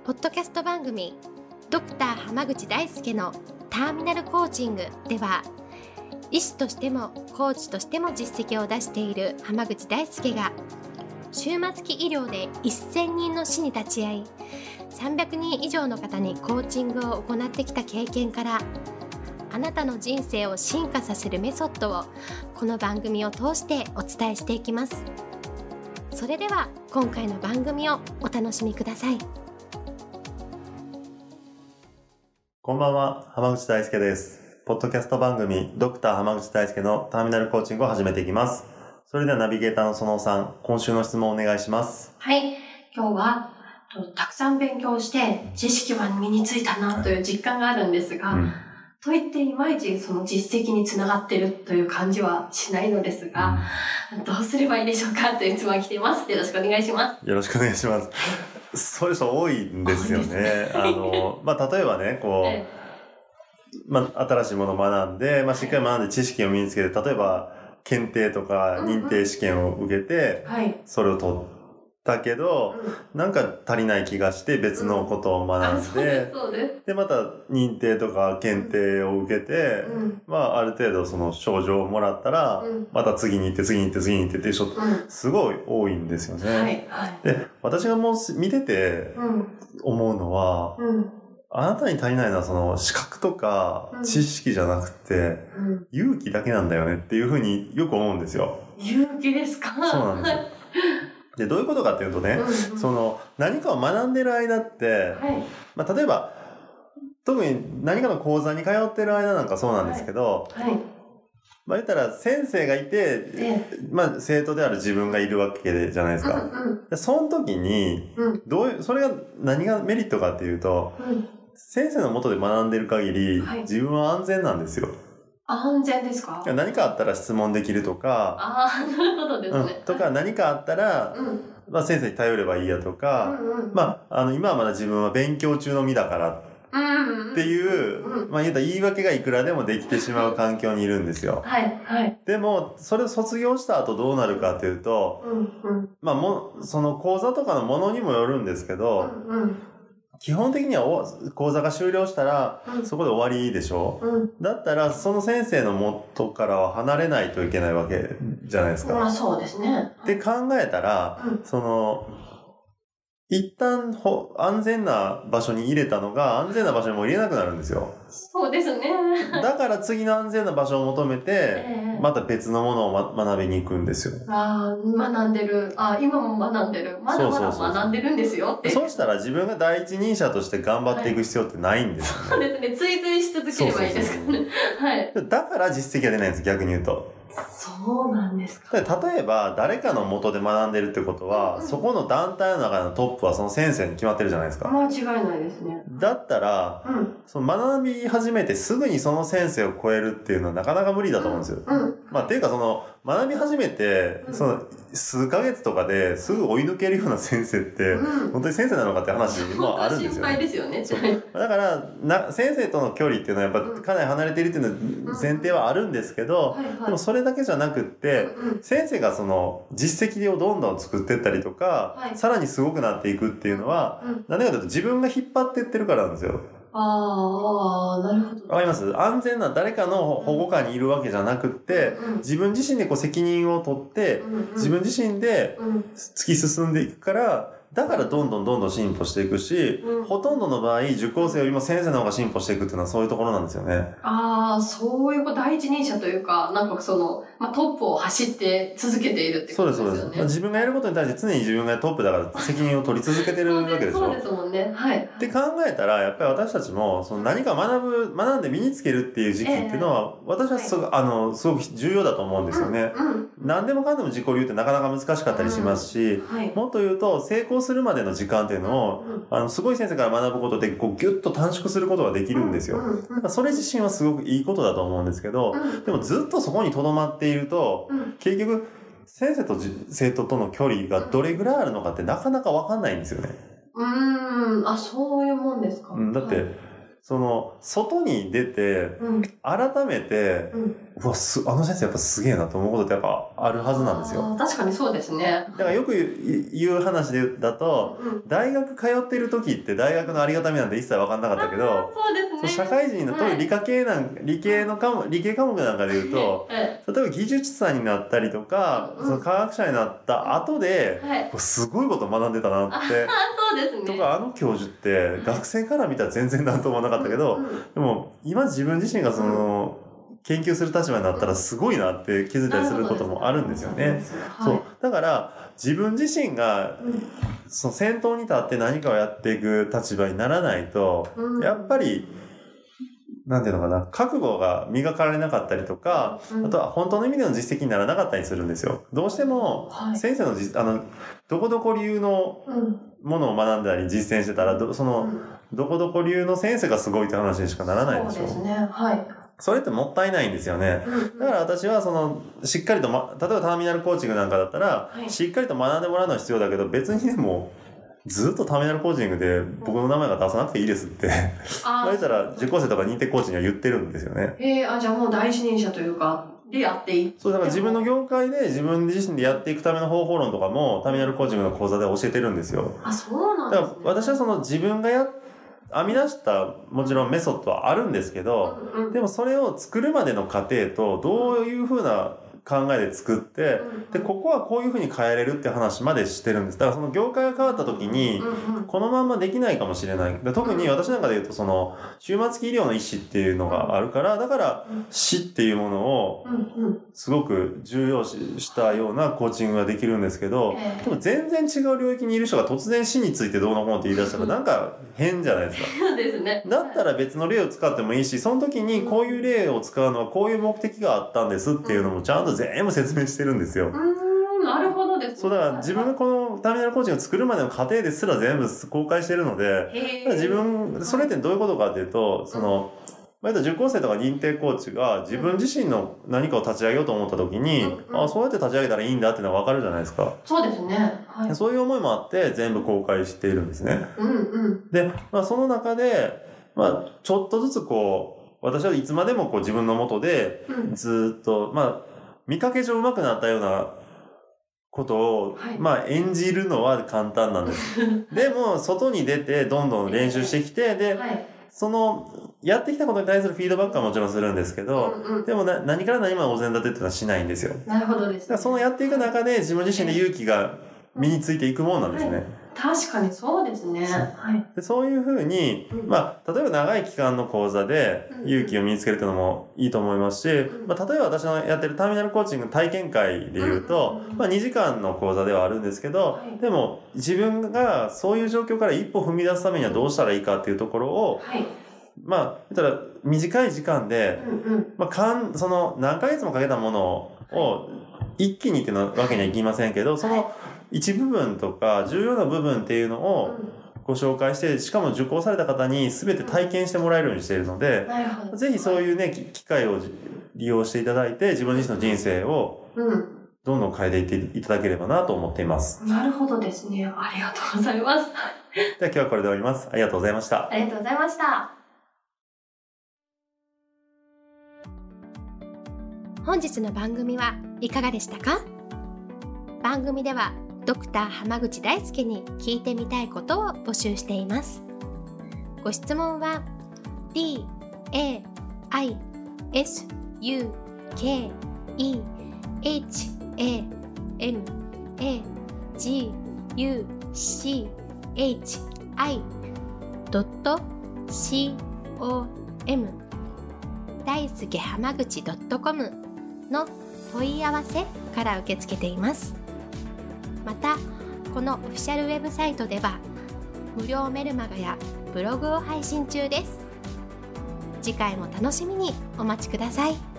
ポッドキャスト番組ドクター濱口大輔のターミナルコーチングでは、医師としてもコーチとしても実績を出している濱口大輔が終末期医療で1000人の死に立ち会い、300人以上の方にコーチングを行ってきた経験から、あなたの人生を進化させるメソッドをこの番組を通してお伝えしていきます。それでは今回の番組をお楽しみください。 こんばんは、濱口大輔です。ポッドキャスト番組ドクター濱口大輔のターミナルコーチングを始めていきます。それではナビゲーターの園尾さん、今週の質問をお願いします。 はい、今日はたくさん勉強して知識は身についたなという実感があるんですが、といっていまいちその実績につながっているという感じはしないのですが、どうすればいいでしょうかという質問が来ています。よろしくお願いします。 よろしくお願いします。そういう人多いんですよね。例えばね、新しいものを学んで、しっかり学んで知識を身につけて、例えば検定とか認定試験を受けて、それを取ったけど、なんか足りない気がして別のことを学んで、で、また認定とか検定を受けて、ある程度その賞状をもらったら、また次に行ってっていう人、すごい多いんですよね。で、私がもう見てて思うのは、あなたに足りないのはその資格とか知識じゃなくて、勇気だけなんだよねっていうふうによく思うんですよ。 勇気ですか？ そうなんですよ。で、どういうことかっていうとね、何かを学んでる間って、例えば、特に何かの講座に通ってる間なんかそうなんですけど、言ったら先生がいて、生徒である自分がいるわけじゃないですか。でその時に、それが何がメリットかっていうと、先生の下で学んでる限り、自分は安全なんですよ。 安全ですか？ 何かあったら質問できるとか、 なるほどですね。 とか何かあったら、先生に頼ればいいやとか、今はまだ自分は勉強中の身だからっていう、言い訳がいくらでもできてしまう環境にいるんですよ。でも、それを卒業した後どうなるかっていうと、その講座とかのものにもよるんですけど、基本的には講座が終了したら、そこで終わりでしょ、だったら、その先生の元からは離れないといけないわけじゃないですか。 そうですね。 って考えたら、一旦安全な場所に入れたのが安全な場所にも入れなくなるんですよ。 そうですね。 だから次の安全な場所を求めて、また別のものを学びに行くんですよ。 学んでる。今も学んでる。まだまだ学んでるんですよって。 そうしたら自分が第一人者として頑張っていく必要ってないんですよね。 そうですね。追随し続ければいいですからね。 だから実績が出ないんです、逆に言うと。 そうなんですか。 例えば、誰かの元で学んでるってことは、そこの団体の中のトップはその先生に決まってるじゃないですか。 間違いないですね。 だったら、その学び始めてすぐにその先生を超えるっていうのはなかなか無理だと思うんですよ。っていうか学び始めて、数ヶ月とかですぐ追い抜けるような先生って、本当に先生なのかって話もあるんですよね。 心配ですよね。 だから、先生との距離っていうのはやっぱかなり離れているっていうのは前提はあるんですけど、でもそれだけじゃなくって、先生がその実績をどんどん作っていったりとか、さらにすごくなっていくっていうのは、何でかというと自分が引っ張っていってるからなんですよ。 なるほど。 わかります？安全な誰かの保護下にいるわけじゃなくって、自分自身で責任を取って、自分自身で突き進んでいくから、だからどんどん進歩していくし、ほとんどの場合、受講生よりも先生の方が進歩していくっていうのはそういうところなんですよね。 そういう第一人者というか、トップを走って続けているってことですよね。 そうです。自分がやることに対して常に自分がトップだから責任を取り続けてるわけでしょ。 そうですもんね。 って考えたら、やっぱり私たちも、何か学んで身につけるっていう時期っていうのは、私はすごく重要だと思うんですよね。何でもかんでも自己流ってなかなか難しかったりしますし、もっと言うと、成功するまでの時間っていうのを、すごい先生から学ぶことで、ギュッと短縮することができるんですよ。だからそれ自身はすごくいいことだと思うんですけど、でもずっとそこに留まっていると、結局、先生と生徒との距離がどれぐらいあるのかってなかなかわかんないんですよね。 そういうもんですか。 だって、外に出て、改めて、 うわ、あの先生やっぱすげえなと思うことってやっぱあるはずなんですよ。 確かにそうですね。 だからよく言う話だと、大学通ってる時って大学のありがたみなんて一切分かんなかったけど、 そうですね。 社会人の、特に理系科目なんかで言うと、例えば技術者になったりとか、その科学者になった後で、すごいこと学んでたなって。 そうですね。 とか、教授って学生から見たら全然なんとも思わなかったけど、でも今自分自身が研究する立場になったらすごいなって気づいたりすることもあるんですよね。そう。だから、自分自身が、その先頭に立って何かをやっていく立場にならないと、やっぱり、なんていうのかな、覚悟が磨かれなかったりとか、あとは本当の意味での実績にならなかったりするんですよ。どうしても、先生のどこどこ流のものを学んだり実践してたら、どこどこ流の先生がすごいって話にしかならないでしょ。 そうですね。はい。 それってもったいないんですよね。だから私はしっかりと、例えばターミナルコーチングなんかだったら、しっかりと学んでもらうのは必要だけど、別にでも、ずっとターミナルコーチングで僕の名前が出さなくていいですって。言ったら、受講生とか認定コーチには言ってるんですよね。 じゃあもう第一人者というか、でやっていい。 そう、だから自分の業界で自分自身でやっていくための方法論とかも、ターミナルコーチングの講座で教えてるんですよ。 そうなんですね。 だから私は自分が編み出したもちろんメソッドはあるんですけど、でもそれを作るまでの過程とどういうふうな考えで作って、で、ここはこういうふうに変えれるって話までしてるんです。だからその業界が変わった時に、このまんまできないかもしれない。特に私なんかで言うと、終末期医療の医師っていうのがあるから、だから死っていうものをすごく重要視したようなコーチングができるんですけど、でも全然違う領域にいる人が突然死についてどうのこうのって言い出したらなんか変じゃないですか。 そうですね。 だったら別の例を使ってもいいし、その時にこういう例を使うのはこういう目的があったんですっていうのもちゃんと全部説明してるんですよ。 なるほどですね。 そう、だから自分がこのターミナルコーチングを作るまでの過程ですら全部公開してるので、それってどういうことかっていうと、受講生とか認定コーチが自分自身の何かを立ち上げようと思った時に、そうやって立ち上げたらいいんだっていうのがわかるじゃないですか。 そうですね。はい、 そういう思いもあって全部公開しているんですね。で、その中で、ちょっとずつ私はいつまでも自分の元でずっと、見かけ上上手くなったようなことを、演じるのは簡単なんです。でも、外に出てどんどん練習してきて、で、やってきたことに対するフィードバックはもちろんするんですけど、でも何から何までお膳立てっていうのはしないんですよ。 なるほどですね。 だからやっていく中で自分自身で勇気が身についていくもんなんですね。 確かにそうですね。 そういうふうに、例えば長い期間の講座で勇気を身につけるっていうのもいいと思いますし、例えば私のやってるターミナルコーチング体験会で言うと、2時間の講座ではあるんですけど、でも自分がそういう状況から一歩踏み出すためにはどうしたらいいかっていうところを、言ったら短い時間で、何ヶ月もかけたものを一気にっていうわけにはいきませんけど、一部分とか重要な部分っていうのをご紹介して、しかも受講された方に全て体験してもらえるようにしているので、ぜひそういうね、機会を利用していただいて、自分自身の人生をどんどん変えていっていただければなと思っています。 なるほどですね。ありがとうございます。 では今日はこれで終わります。ありがとうございました。 ありがとうございました。 本日の番組はいかがでしたか？番組ではドクター濱口大輔に聞いてみたいことを募集しています。ご質問は daisukeihamaguchi.com 大輔濱口 .com の問い合わせから受け付けています。また、このオフィシャルウェブサイトでは無料メルマガやブログを配信中です。次回も楽しみにお待ちください。